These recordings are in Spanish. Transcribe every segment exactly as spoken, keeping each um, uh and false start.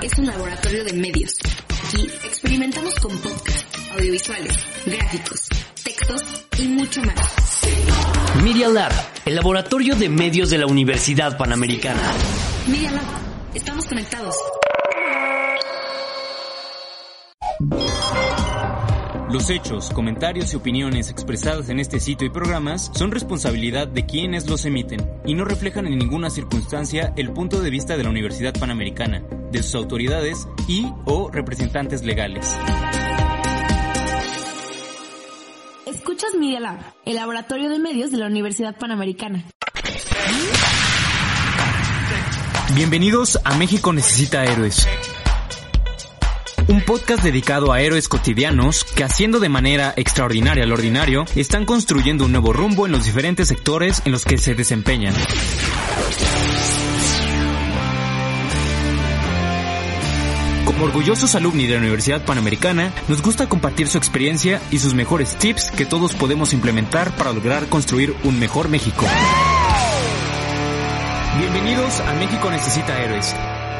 es un laboratorio de medios. Aquí experimentamos con podcasts, audiovisuales, gráficos, textos y mucho más. Media Lab, el laboratorio de medios de la Universidad Panamericana. Media Lab, estamos conectados. Los hechos, comentarios y opiniones expresadas en este sitio y programas son responsabilidad de quienes los emiten y no reflejan en ninguna circunstancia el punto de vista de la Universidad Panamericana, de sus autoridades y o representantes legales. Escuchas Media Lab, el laboratorio de medios de la Universidad Panamericana. Bienvenidos a México Necesita Héroes. Un podcast dedicado a héroes cotidianos que, haciendo de manera extraordinaria lo ordinario, están construyendo un nuevo rumbo en los diferentes sectores en los que se desempeñan. Como orgullosos alumni de la Universidad Panamericana, nos gusta compartir su experiencia y sus mejores tips que todos podemos implementar para lograr construir un mejor México. Bienvenidos a México Necesita Héroes.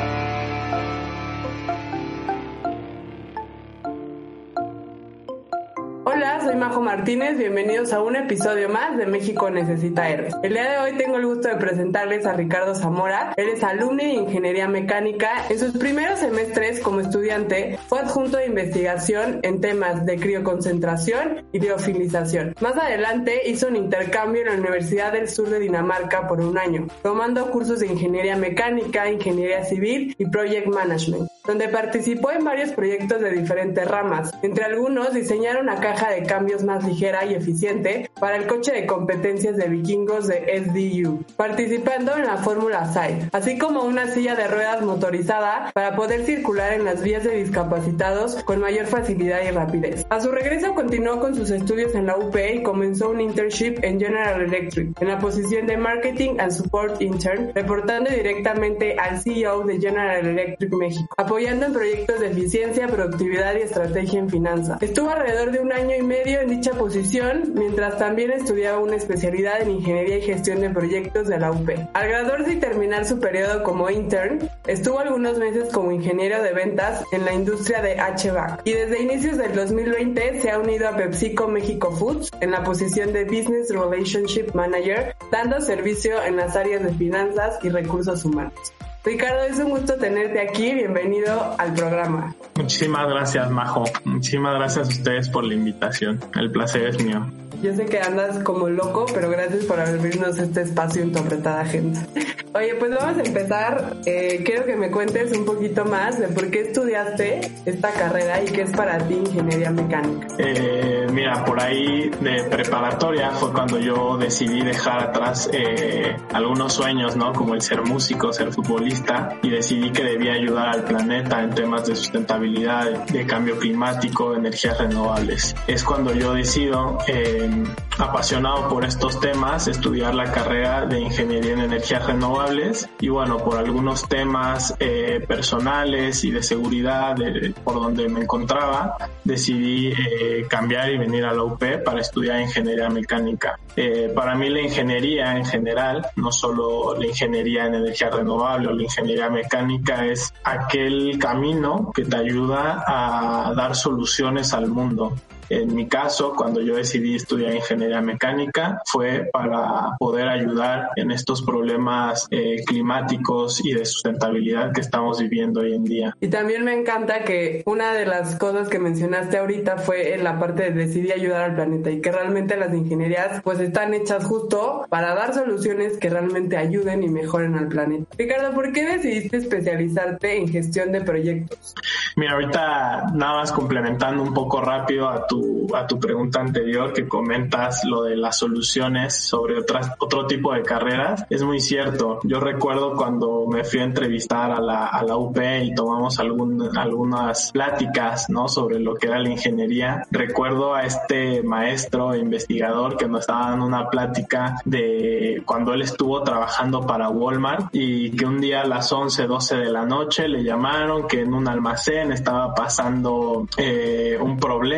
Soy Majo Martínez, bienvenidos a un episodio más de México Necesita Héroes. El día de hoy tengo el gusto de presentarles a Ricardo Zamora. Él es alumno de Ingeniería Mecánica. En sus primeros semestres como estudiante fue adjunto de investigación en temas de crioconcentración y liofilización. Más adelante hizo un intercambio en la Universidad del Sur de Dinamarca por un año, tomando cursos de Ingeniería Mecánica, Ingeniería Civil y Project Management, donde participó en varios proyectos de diferentes ramas. Entre algunos, diseñar una caja de cambios más ligera y eficiente para el coche de competencias de vikingos de S D U, participando en la Fórmula S A I, así como una silla de ruedas motorizada para poder circular en las vías de discapacitados con mayor facilidad y rapidez. A su regreso continuó con sus estudios en la U P y comenzó un internship en General Electric, en la posición de Marketing and Support Intern, reportando directamente al C E O de General Electric México, apoyando en proyectos de eficiencia, productividad y estrategia en finanzas. Estuvo alrededor de un año y medio en dicha posición, mientras también estudiaba una especialidad en Ingeniería y Gestión de Proyectos de la U P. Al graduarse y terminar su periodo como intern, estuvo algunos meses como ingeniero de ventas en la industria de H V A C y desde inicios del dos mil veinte se ha unido a PepsiCo México Foods en la posición de Business Relationship Manager, dando servicio en las áreas de finanzas y recursos humanos. Ricardo, es un gusto tenerte aquí, bienvenido al programa. Muchísimas gracias, Majo. Muchísimas gracias a ustedes por la invitación. El placer es mío. Yo sé que andas como loco, pero gracias por abrirnos este espacio en tu apretada agenda. Oye, pues vamos a empezar. Eh, quiero que me cuentes un poquito más de por qué estudiaste esta carrera y qué es para ti Ingeniería Mecánica. Eh, mira, por ahí de preparatoria fue cuando yo decidí dejar atrás eh, algunos sueños, ¿no? Como el ser músico, ser futbolista, y decidí que debía ayudar al planeta en temas de sustentabilidad, de cambio climático, de energías renovables. Es cuando yo decido, eh, apasionado por estos temas, estudiar la carrera de Ingeniería en Energías Renovables, y bueno, por algunos temas eh, personales y de seguridad de, por donde me encontraba, decidí eh, cambiar y venir a la U P para estudiar Ingeniería Mecánica. Eh, para mí la ingeniería en general, no solo la ingeniería en energía renovable o la ingeniería mecánica, es aquel camino que te ayuda a dar soluciones al mundo. En mi caso, cuando yo decidí estudiar ingeniería mecánica, fue para poder ayudar en estos problemas eh, climáticos y de sustentabilidad que estamos viviendo hoy en día. Y también me encanta que una de las cosas que mencionaste ahorita fue en la parte de decidir ayudar al planeta, y que realmente las ingenierías pues están hechas justo para dar soluciones que realmente ayuden y mejoren al planeta. Ricardo, ¿por qué decidiste especializarte en gestión de proyectos? Mira, ahorita nada más complementando un poco rápido a tu a tu pregunta anterior, que comentas lo de las soluciones sobre otras otro tipo de carreras. Es muy cierto. Yo recuerdo cuando me fui a entrevistar a la a la U P y tomamos algún, algunas pláticas, ¿no?, sobre lo que era la ingeniería. Recuerdo a este maestro investigador que nos estaba dando una plática de cuando él estuvo trabajando para Walmart, y que un día a las once, doce de la noche le llamaron que en un almacén estaba pasando eh, un problema,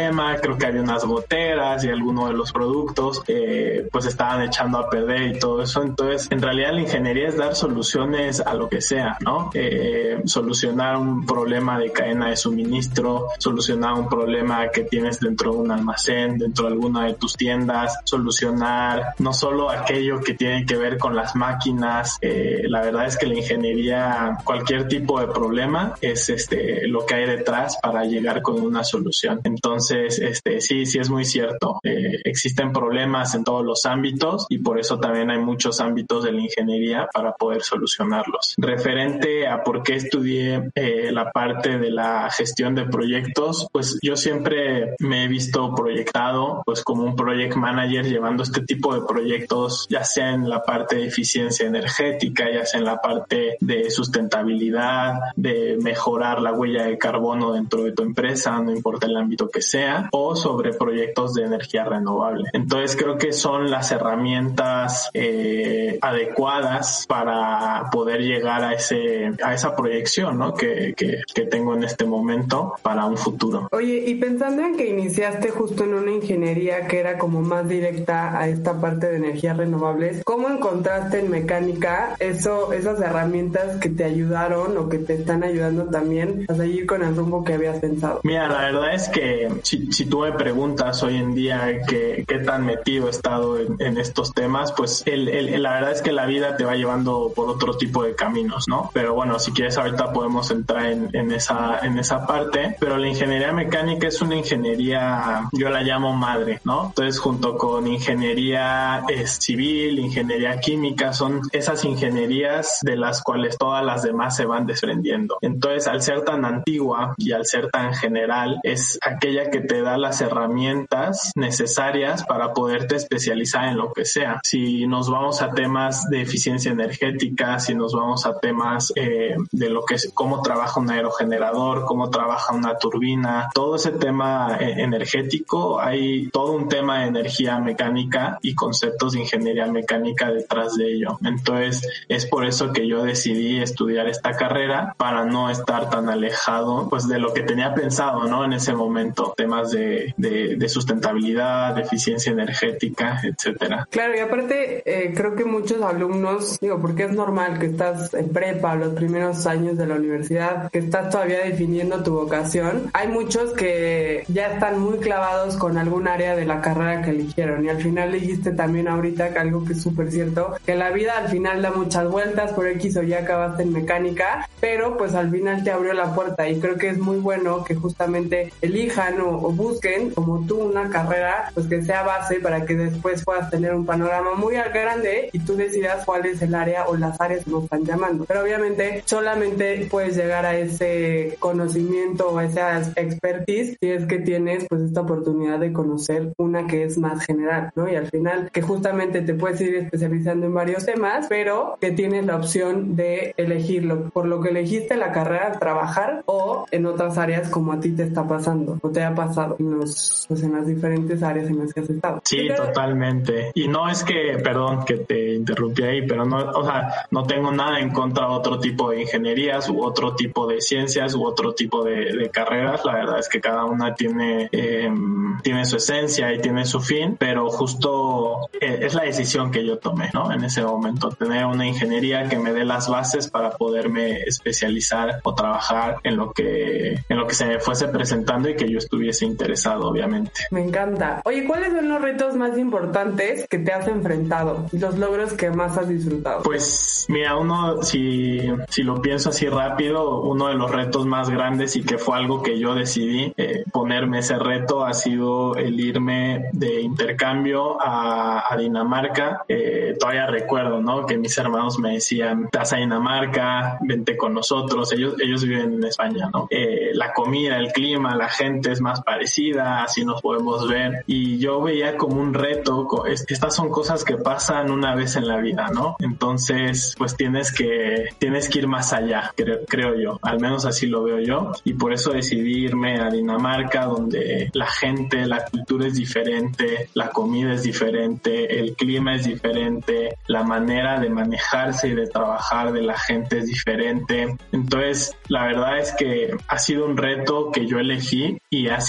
creo que había unas goteras y algunos de los productos eh, pues estaban echando a perder y todo eso. Entonces, en realidad la ingeniería es dar soluciones a lo que sea, ¿no? Eh, solucionar un problema de cadena de suministro, solucionar un problema que tienes dentro de un almacén, dentro de alguna de tus tiendas, solucionar no solo aquello que tiene que ver con las máquinas. Eh, la verdad es que la ingeniería, cualquier tipo de problema es este lo que hay detrás para llegar con una solución. Entonces, este sí, sí es muy cierto. Eh, existen problemas en todos los ámbitos y por eso también hay muchos ámbitos de la ingeniería para poder solucionarlos. Referente a por qué estudié eh, la parte de la gestión de proyectos, pues yo siempre me he visto proyectado pues como un project manager llevando este tipo de proyectos, ya sea en la parte de eficiencia energética, ya sea en la parte de sustentabilidad, de mejorar la huella de carbono dentro de tu empresa, no importa el ámbito que sea, o sobre proyectos de energía renovable. Entonces creo que son las herramientas eh, adecuadas para poder llegar a ese a esa proyección, ¿no? que, que, que tengo en este momento para un futuro. Oye, y pensando en que iniciaste justo en una ingeniería que era como más directa a esta parte de energías renovables, ¿cómo encontraste en mecánica eso, esas herramientas que te ayudaron o que te están ayudando también a seguir con el rumbo que habías pensado? Mira, la verdad es que si, si tú me preguntas hoy en día qué, qué tan metido he estado en, en estos temas, pues el, el, la verdad es que la vida te va llevando por otro tipo de caminos, ¿no? Pero bueno, si quieres ahorita podemos entrar en, en esa en esa parte, pero la ingeniería mecánica es una ingeniería, yo la llamo madre, ¿no? Entonces, junto con ingeniería eh, civil, ingeniería química, son esas ingenierías de las cuales todas las demás se van desprendiendo. Entonces, al ser tan antigua y al ser tan general, es aquella que te da las herramientas necesarias para poderte especializar en lo que sea. Si nos vamos a temas de eficiencia energética, si nos vamos a temas eh, de lo que es cómo trabaja un aerogenerador, cómo trabaja una turbina, todo ese tema eh, energético, hay todo un tema de energía mecánica y conceptos de ingeniería mecánica detrás de ello. Entonces, es por eso que yo decidí estudiar esta carrera, para no estar tan alejado pues de lo que tenía pensado, ¿no? En ese momento, temas de, de, de sustentabilidad, de eficiencia energética, etcétera. Claro, y aparte eh, creo que muchos alumnos, digo, porque es normal que estás en prepa, los primeros años de la universidad, que estás todavía definiendo tu vocación, hay muchos que ya están muy clavados con algún área de la carrera que eligieron, y al final dijiste también ahorita que algo que es súper cierto, que la vida al final da muchas vueltas, por X o Y acabaste en mecánica, pero pues al final te abrió la puerta, y creo que es muy bueno que justamente elijan o, o busquen como tú una carrera pues que sea base para que después puedas tener un panorama muy grande y tú decidas cuál es el área o las áreas que nos están llamando. Pero obviamente solamente puedes llegar a ese conocimiento o a esa expertise si es que tienes pues esta oportunidad de conocer una que es más general, ¿no? Y al final que justamente te puedes ir especializando en varios temas, pero que tienes la opción de elegirlo por lo que elegiste la carrera, trabajar, o en otras áreas como a ti te está pasando o te ha pasado en, los, pues en las diferentes áreas en las que has estado. Sí, pero, totalmente. Y no es que, perdón que te interrumpí ahí, pero no, o sea, no tengo nada en contra de otro tipo de ingenierías u otro tipo de ciencias u otro tipo de, de carreras. La verdad es que cada una tiene, eh, tiene su esencia y tiene su fin, pero justo eh, es la decisión que yo tomé, ¿no? En ese momento, tener una ingeniería que me dé las bases para poderme especializar o trabajar en lo que, en lo que se me fuese presentando y que yo estuviese interesado, obviamente. Me encanta. Oye, ¿cuáles son los retos más importantes que te has enfrentado y los logros que más has disfrutado? Pues mira, uno, si, si lo pienso así rápido, uno de los retos más grandes y que fue algo que yo decidí eh, ponerme ese reto ha sido el irme de intercambio a, a Dinamarca. Eh, todavía recuerdo, ¿no? Que mis hermanos me decían, te vas a Dinamarca, vente con nosotros. Ellos, ellos viven en España, ¿no? Eh, la comida, el clima, la gente es más parecida, así nos podemos ver. Y yo veía como un reto, estas son cosas que pasan una vez en la vida, ¿no? Entonces, pues tienes que, tienes que ir más allá, creo, creo yo. Al menos así lo veo yo. Y por eso decidí irme a Dinamarca, donde la gente, la cultura es diferente, la comida es diferente, el clima es diferente, la manera de manejarse y de trabajar de la gente es diferente. Entonces, la verdad es que ha sido un reto que yo elegí y ha sido un reto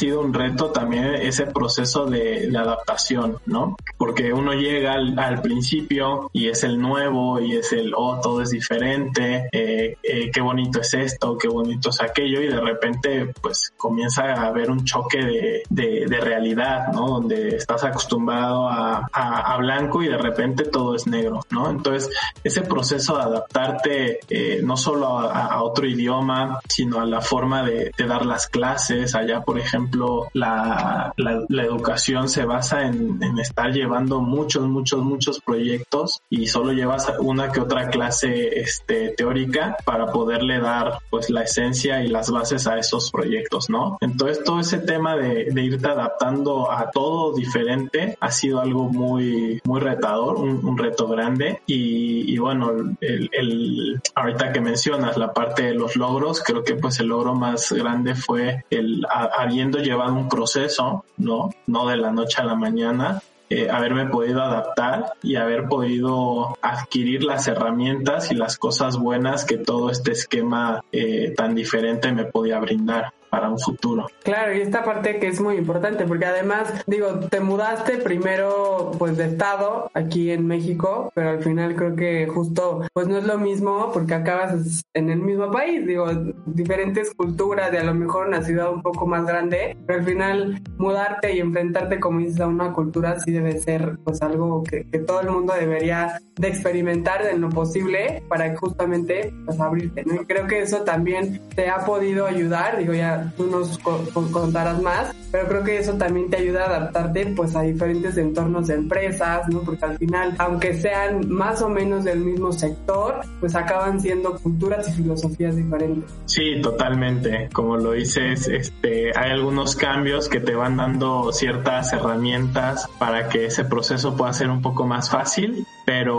reto también ese proceso de, de adaptación, ¿no? Porque uno llega al, al principio y es el nuevo y es el, oh, todo es diferente, eh, eh, qué bonito es esto, qué bonito es aquello, y de repente pues comienza a haber un choque de, de, de realidad, ¿no? Donde estás acostumbrado a, a, a blanco y de repente todo es negro, ¿no? Entonces ese proceso de adaptarte eh, no solo a, a otro idioma, sino a la forma de, de dar las clases. Allá, por ejemplo, la, la, la educación se basa en, en estar llevando muchos, muchos, muchos proyectos y solo llevas una que otra clase este, teórica para poderle dar pues la esencia y las bases a esos proyectos, ¿no? Entonces todo ese tema de, de irte adaptando a todo diferente ha sido algo muy, muy retador, un, un reto grande. Y, y bueno, el, el, ahorita que mencionas la parte de los logros, creo que pues el logro más grande fue el a, habiendo llevado un proceso, ¿no? No de la noche a la mañana, eh, haberme podido adaptar y haber podido adquirir las herramientas y las cosas buenas que todo este esquema eh, tan diferente me podía brindar para un futuro. Claro, y esta parte que es muy importante, porque además, digo, te mudaste primero pues de estado aquí en México, pero al final creo que justo pues no es lo mismo porque acabas en el mismo país, digo, diferentes culturas, de a lo mejor una ciudad un poco más grande, pero al final mudarte y enfrentarte, como dices, a una cultura sí debe ser pues algo que, que todo el mundo debería de experimentar en lo posible para justamente pues abrirte, ¿no? Y creo que eso también te ha podido ayudar, digo, ya tú nos co- contarás más, pero creo que eso también te ayuda a adaptarte pues a diferentes entornos de empresas, ¿no? Porque al final, aunque sean más o menos del mismo sector, pues acaban siendo culturas y filosofías diferentes. Sí, totalmente. Como lo dices, este, hay algunos cambios que te van dando ciertas herramientas para que ese proceso pueda ser un poco más fácil,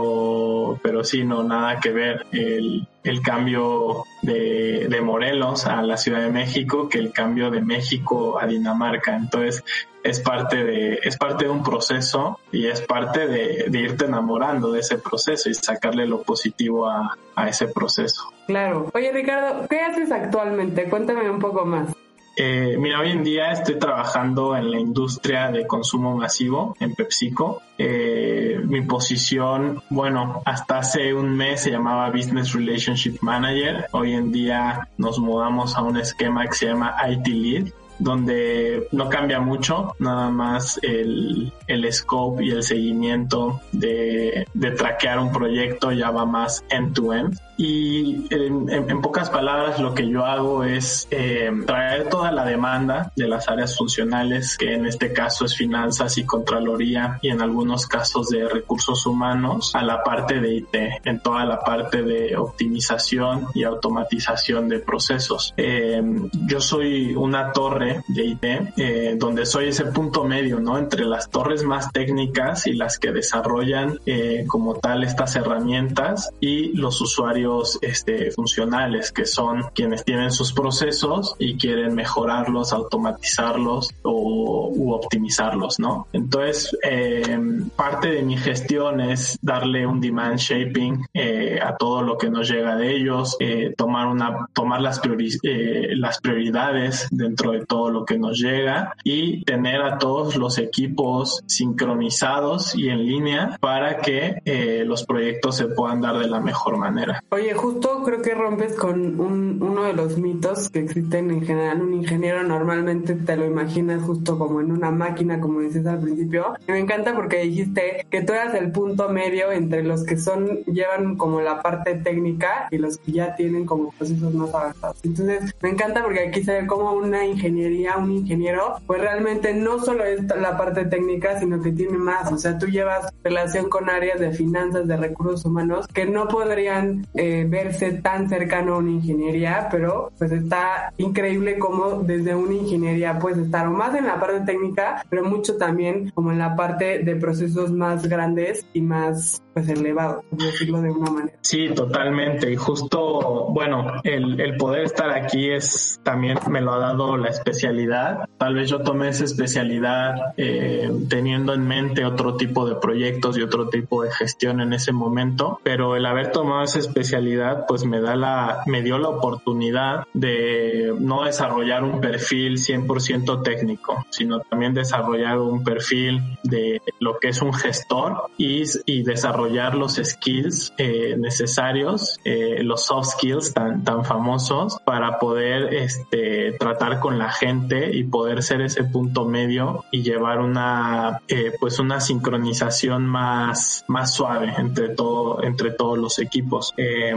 pero, pero sí, no, nada que ver el, el cambio de, de Morelos a la Ciudad de México que el cambio de México a Dinamarca. Entonces es parte de, es parte de un proceso y es parte de, de irte enamorando de ese proceso y sacarle lo positivo a, a ese proceso. Claro. Oye, Ricardo, ¿qué haces actualmente? Cuéntame un poco más. Eh, mira, hoy en día estoy trabajando en la industria de consumo masivo en PepsiCo. Eh, mi posición, bueno, hasta hace un mes se llamaba Business Relationship Manager. Hoy en día nos mudamos a un esquema que se llama I T Lead, donde no cambia mucho, nada más el, el scope y el seguimiento de, de traquear un proyecto ya va más end-to-end. Y en, en, en pocas palabras lo que yo hago es eh, traer toda la demanda de las áreas funcionales, que en este caso es finanzas y contraloría, y en algunos casos de recursos humanos, a la parte de I T, en toda la parte de optimización y automatización de procesos. Eh, yo soy una torre de I T, eh, donde soy ese punto medio, ¿no? Entre las torres más técnicas y las que desarrollan eh, como tal estas herramientas y los usuarios este, funcionales, que son quienes tienen sus procesos y quieren mejorarlos, automatizarlos o u optimizarlos, ¿no? Entonces, eh, parte de mi gestión es darle un demand shaping eh, a todo lo que nos llega de ellos, eh, tomar una, tomar las, priori- eh, las prioridades dentro de todo lo que nos llega y tener a todos los equipos sincronizados y en línea para que eh, los proyectos se puedan dar de la mejor manera. Oye, justo creo que rompes con un, uno de los mitos que existen en general. Un ingeniero normalmente te lo imaginas justo como en una máquina, como dices al principio. Y me encanta porque dijiste que tú eras el punto medio entre los que son llevan como la parte técnica y los que ya tienen como procesos más avanzados. Entonces, me encanta porque aquí se ve como una ingeniería, un ingeniero, pues realmente no solo es la parte técnica, sino que tiene más. O sea, tú llevas relación con áreas de finanzas, de recursos humanos, que no podrían eh, verse tan cercano a una ingeniería, pero pues está increíble cómo desde una ingeniería puedes estar o más en la parte técnica, pero mucho también como en la parte de procesos más grandes y más pues elevados, por decirlo de una manera. Sí, totalmente. Y justo, bueno, el, el poder estar aquí es también me lo ha dado la especialidad tal vez yo tomé esa especialidad eh, teniendo en mente otro tipo de proyectos y otro tipo de gestión en ese momento, pero el haber tomado esa especialidad pues me da la, me dio la oportunidad de no desarrollar un perfil cien por ciento técnico, sino también desarrollar un perfil de lo que es un gestor y, y desarrollar los skills eh, necesarios, eh, los soft skills tan, tan famosos para poder este, tratar con la gente y poder ser ese punto medio y llevar una eh, pues una sincronización más, más suave entre todo, entre todos los equipos. Eh,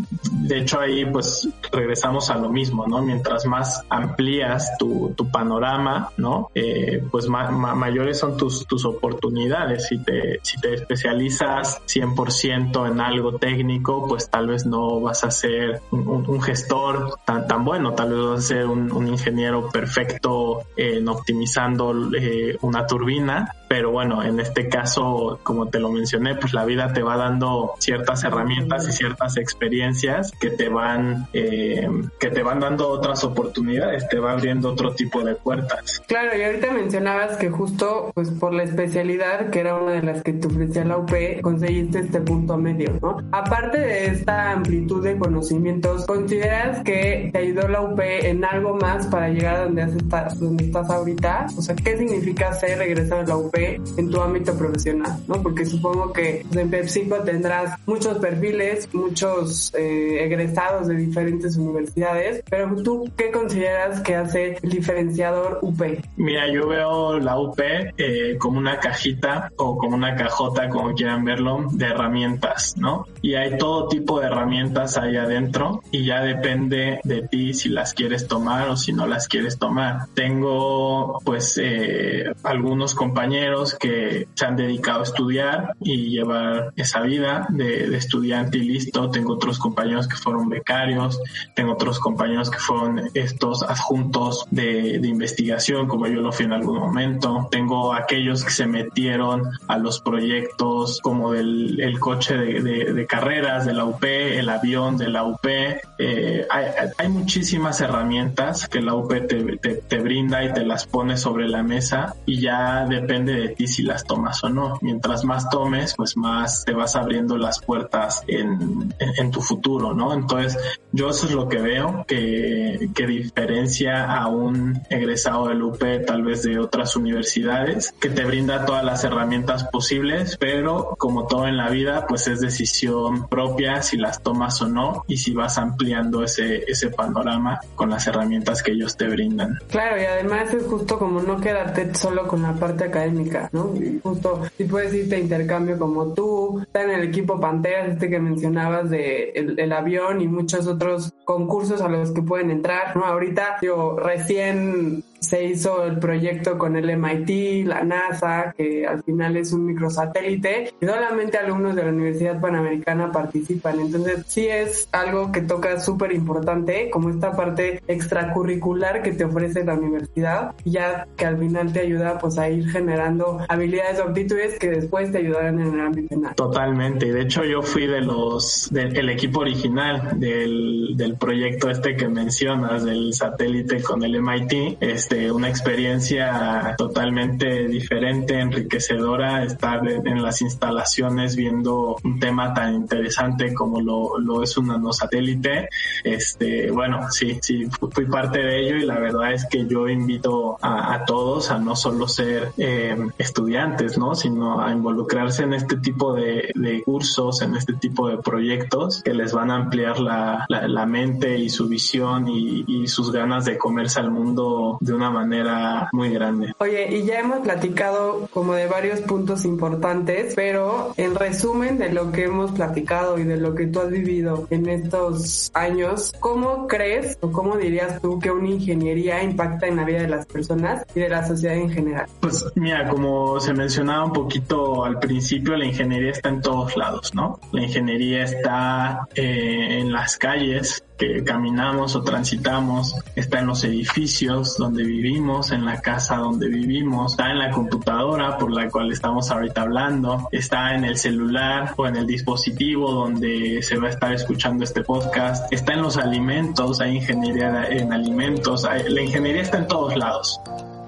de hecho ahí pues regresamos a lo mismo, ¿no? Mientras más amplías tu, tu panorama, ¿no? Eh, pues ma, ma, mayores son tus, tus oportunidades. Si te, si te especializas cien por ciento en algo técnico, pues tal vez no vas a ser un, un, un gestor tan, tan bueno, tal vez vas a ser un, un ingeniero perfecto en optimizando eh, una turbina, pero bueno, en este caso, como te lo mencioné, pues la vida te va dando ciertas herramientas y ciertas experiencias que te van eh, que te van dando otras oportunidades, te va abriendo otro tipo de puertas. Claro, y ahorita mencionabas que justo pues por la especialidad, que era una de las que te ofrecía la U P, conseguiste este punto medio, ¿no? Aparte de esta amplitud de conocimientos, ¿consideras que te ayudó la U P en algo más para llegar a donde estás, donde estás ahorita? O sea, ¿qué significa ser egresado de la U P en tu ámbito profesional, ¿no? Porque supongo que pues, en PepsiCo tendrás muchos perfiles, muchos eh, egresados de diferentes universidades, pero ¿tú qué consideras que hace el diferenciador U P? Mira, yo veo la U P eh, como una cajita o como una cajota, como quieran verlo, de herramientas, ¿no? Y hay todo tipo de herramientas ahí adentro y ya depende de ti si las quieres tomar o si no las quieres tomar. Tengo pues eh, algunos compañeros que se han dedicado a estudiar y llevar esa vida de, de estudiante y listo. Tengo otros compañeros que fueron becarios, tengo otros compañeros que fueron estos adjuntos de, de investigación, como yo lo fui en algún momento. Tengo aquellos que se metieron a los proyectos como del el coche de, de, de carreras de la U P, el avión de la U P. Eh, hay, hay muchísimas herramientas que la U P te, te, te brinda y te las pone sobre la mesa y ya depende de ti si las tomas o no. Mientras más tomes, pues más te vas abriendo las puertas en, en, en tu futuro, ¿no? Entonces, yo eso es lo que veo que, que diferencia a un egresado del U P tal vez de otras universidades, que te brinda todas las herramientas posibles, pero como todo en la vida, pues es decisión propia si las tomas o no y si vas ampliando ese, ese panorama con las herramientas que ellos te brindan. Claro, y además es justo como no quedarte solo con la parte académica, ¿no? Y justo si puedes irte a intercambio como tú, estar en el equipo Panteras, este que mencionabas de el, el avión y muchos otros concursos a los que pueden entrar, ¿no? Ahorita, yo recién se hizo el proyecto con el M I T, la NASA, que al final es un microsatélite, y solamente alumnos de la Universidad Panamericana participan. Entonces sí es algo que toca súper importante, como esta parte extracurricular que te ofrece la universidad, ya que al final te ayuda pues a ir generando habilidades o aptitudes que después te ayudarán en el ámbito final. Totalmente, y de hecho yo fui de los del el equipo original del, del proyecto este que mencionas, del satélite con el M I T. Este una experiencia totalmente diferente, enriquecedora, estar en las instalaciones viendo un tema tan interesante como lo, lo es un nanosatélite. Este, bueno, sí, sí, fui parte de ello y la verdad es que yo invito a, a todos a no solo ser eh, estudiantes, ¿no? Sino a involucrarse en este tipo de, de cursos, en este tipo de proyectos que les van a ampliar la, la, la mente y su visión y, y sus ganas de comerse al mundo de una manera muy grande. Oye, y ya hemos platicado como de varios puntos importantes, pero en resumen de lo que hemos platicado y de lo que tú has vivido en estos años, ¿cómo crees o cómo dirías tú que una ingeniería impacta en la vida de las personas y de la sociedad en general? Pues mira, como se mencionaba un poquito al principio, la ingeniería está en todos lados, ¿no? La ingeniería está eh, en las calles que caminamos o transitamos, está en los edificios donde vivimos, en la casa donde vivimos, está en la computadora por la cual estamos ahorita hablando, está en el celular o en el dispositivo donde se va a estar escuchando este podcast, está en los alimentos, hay ingeniería en alimentos, hay, la ingeniería está en todos lados.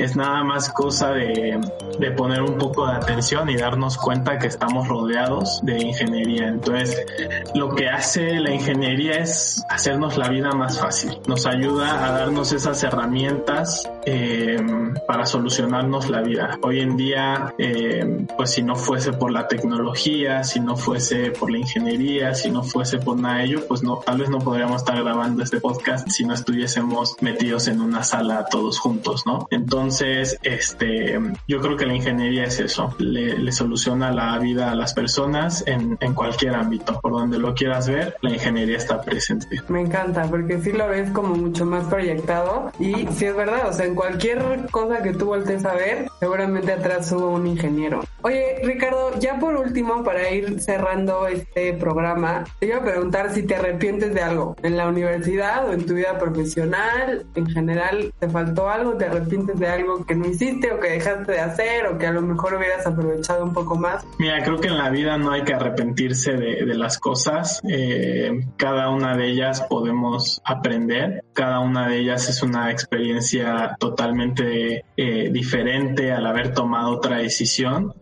Es nada más cosa de, de poner un poco de atención y darnos cuenta que estamos rodeados de ingeniería. Entonces, lo que hace la ingeniería es hacernos la vida más fácil. Nos ayuda a darnos esas herramientas eh, para solucionarnos la vida. Hoy en día, eh, pues si no fuese por la tecnología, si no fuese por la ingeniería, si no fuese por nada de ello, pues no, tal vez no podríamos estar grabando este podcast si no estuviésemos metidos en una sala todos juntos, ¿no? Entonces, este, yo creo que la ingeniería es eso, le, le soluciona la vida a las personas en, en cualquier ámbito, por donde lo quieras ver, la ingeniería está presente. Me encanta, porque sí lo ves como mucho más proyectado y sí es verdad, o sea, en cualquier cosa que tú voltees a ver, seguramente atrás hubo un ingeniero. Oye, Ricardo, ya por último, para ir cerrando este programa, te iba a preguntar si te arrepientes de algo en la universidad o en tu vida profesional, en general, ¿te faltó algo? ¿Te arrepientes de algo que no hiciste o que dejaste de hacer o que a lo mejor hubieras aprovechado un poco más? Mira, creo que en la vida no hay que arrepentirse de, de las cosas. Eh, cada una de ellas podemos aprender. Cada una de ellas es una experiencia totalmente eh, diferente al haber tomado otra decisión.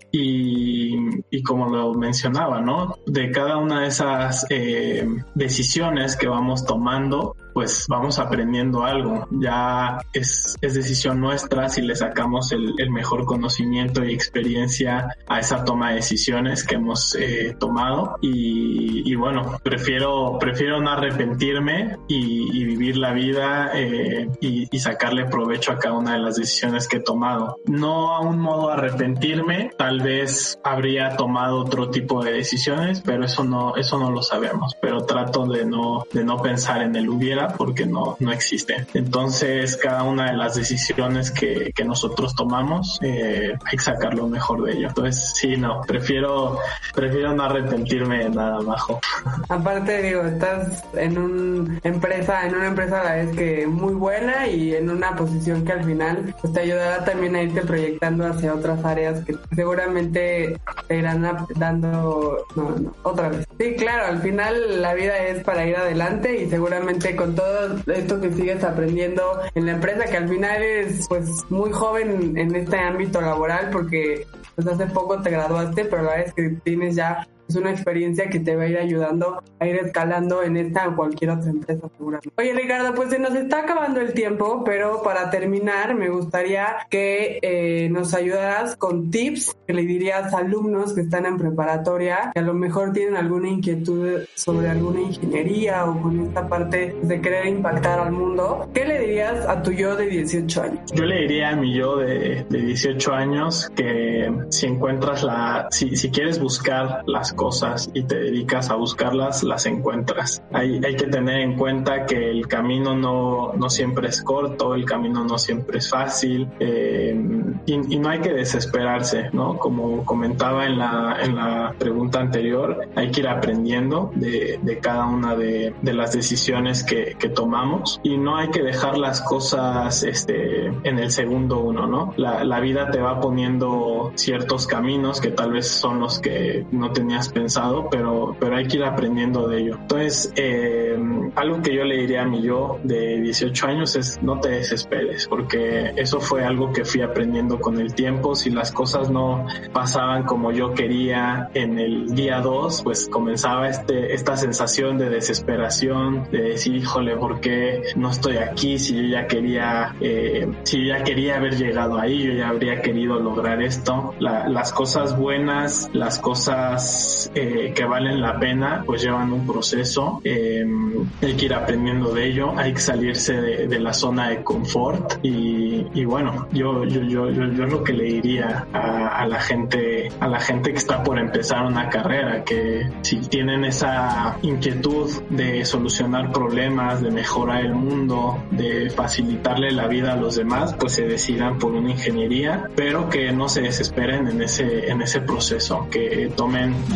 Y, y como lo mencionaba, ¿no? De cada una de esas eh, decisiones que vamos tomando, pues vamos aprendiendo algo. Ya es, es decisión nuestra si le sacamos el, el mejor conocimiento y experiencia a esa toma de decisiones que hemos eh, tomado. Y, y bueno, prefiero, prefiero no arrepentirme y, y vivir la vida eh, y, y sacarle provecho a cada una de las decisiones que he tomado. No a un modo arrepentirme, tal vez habría tomado otro tipo de decisiones, pero eso no, eso no lo sabemos. Pero trato de no, de no pensar en el hubiera, porque no, no existe. Entonces, cada una de las decisiones que, que nosotros tomamos, eh, hay que sacar lo mejor de ello. Entonces, sí, no, prefiero, prefiero no arrepentirme de nada, Majo. Aparte, digo, estás en una empresa, en una empresa a la vez que muy buena y en una posición que al final pues, te ayudará también a irte proyectando hacia otras áreas que seguramente te irán dando, no, no, otra vez. Sí, claro, al final la vida es para ir adelante y seguramente con todo esto que sigues aprendiendo en la empresa, que al final eres pues muy joven en este ámbito laboral porque pues hace poco te graduaste, pero la verdad es que tienes ya es una experiencia que te va a ir ayudando a ir escalando en esta o cualquier otra empresa seguramente. Oye, Ricardo, pues se nos está acabando el tiempo, pero para terminar me gustaría que eh, nos ayudaras con tips que le dirías a alumnos que están en preparatoria, que a lo mejor tienen alguna inquietud sobre alguna ingeniería o con esta parte de querer impactar al mundo. ¿Qué le dirías a tu yo de dieciocho años? Yo le diría a mi yo de, de dieciocho años que si encuentras la, si, si quieres buscar las cosas y te dedicas a buscarlas, las encuentras. Hay, hay que tener en cuenta que el camino no, no siempre es corto, el camino no siempre es fácil, eh, y, y no hay que desesperarse, ¿no? Como comentaba en la, en la pregunta anterior, hay que ir aprendiendo de, de cada una de, de las decisiones que, que tomamos y no hay que dejar las cosas este, en el segundo uno, ¿no? La, la vida te va poniendo ciertos caminos que tal vez son los que no tenías pensado, pero, pero hay que ir aprendiendo de ello. Entonces, eh, algo que yo le diría a mi yo de dieciocho años es no te desesperes, porque eso fue algo que fui aprendiendo con el tiempo. Si las cosas no pasaban como yo quería en el día dos, pues comenzaba este, esta sensación de desesperación, de decir, híjole, ¿por qué no estoy aquí? Si yo ya quería, eh, si yo ya quería haber llegado ahí, yo ya habría querido lograr esto. La, las cosas buenas, las cosas Eh, que valen la pena, pues llevan un proceso, eh, hay que ir aprendiendo de ello, hay que salirse de, de la zona de confort y, y bueno, yo, yo, yo, yo, yo lo que le diría a, a la gente, a la gente que está por empezar una carrera, que si tienen esa inquietud de solucionar problemas, de mejorar el mundo, de facilitarle la vida a los demás, pues se decidan por una ingeniería, pero que no se desesperen en ese, en ese proceso, que tomen la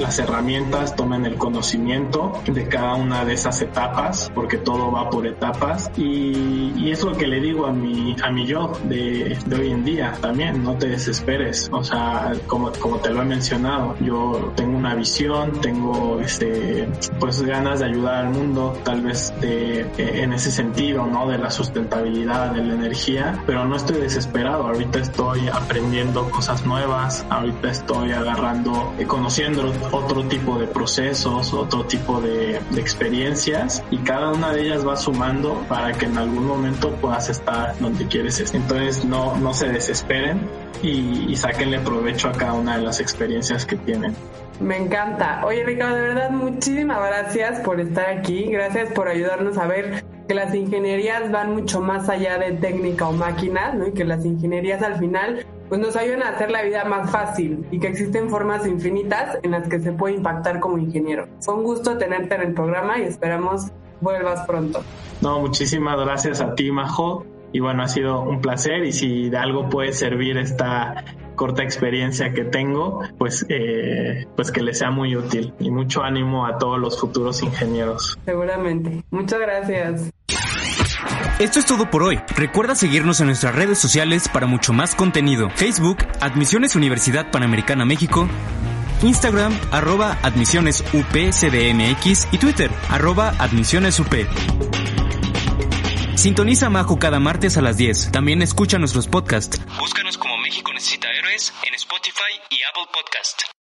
las herramientas, tomen el conocimiento de cada una de esas etapas, porque todo va por etapas, y, y es lo que le digo a mi, a mi yo de, de hoy en día también, no te desesperes, o sea, como, como te lo he mencionado, yo tengo una visión, tengo este, pues ganas de ayudar al mundo, tal vez de, en ese sentido, ¿no? De la sustentabilidad, de la energía, pero no estoy desesperado, ahorita estoy aprendiendo cosas nuevas, ahorita estoy agarrando, eh, conociendo otro tipo de procesos, otro tipo de, de experiencias, y cada una de ellas va sumando para que en algún momento puedas estar donde quieres estar. Entonces no, no se desesperen y, y sáquenle provecho a cada una de las experiencias que tienen. Me encanta. Oye, Ricardo, de verdad, muchísimas gracias por estar aquí. Gracias por ayudarnos a ver que las ingenierías van mucho más allá de técnica o máquinas, ¿no? Y que las ingenierías al final pues nos ayudan a hacer la vida más fácil y que existen formas infinitas en las que se puede impactar como ingeniero. Fue un gusto tenerte en el programa y esperamos vuelvas pronto. No, muchísimas gracias a ti, Majo. Y bueno, ha sido un placer, y si de algo puede servir esta corta experiencia que tengo, pues, eh, pues que les sea muy útil, y mucho ánimo a todos los futuros ingenieros. Seguramente. Muchas gracias. Esto es todo por hoy. Recuerda seguirnos en nuestras redes sociales para mucho más contenido. Facebook, Admisiones Universidad Panamericana México, Instagram, arroba Admisiones U P C D M X y Twitter, arroba Admisiones U P. Sintoniza Majo cada martes a las diez. También escucha nuestros podcasts. Búscanos como México Necesita Héroes en Spotify y Apple Podcast.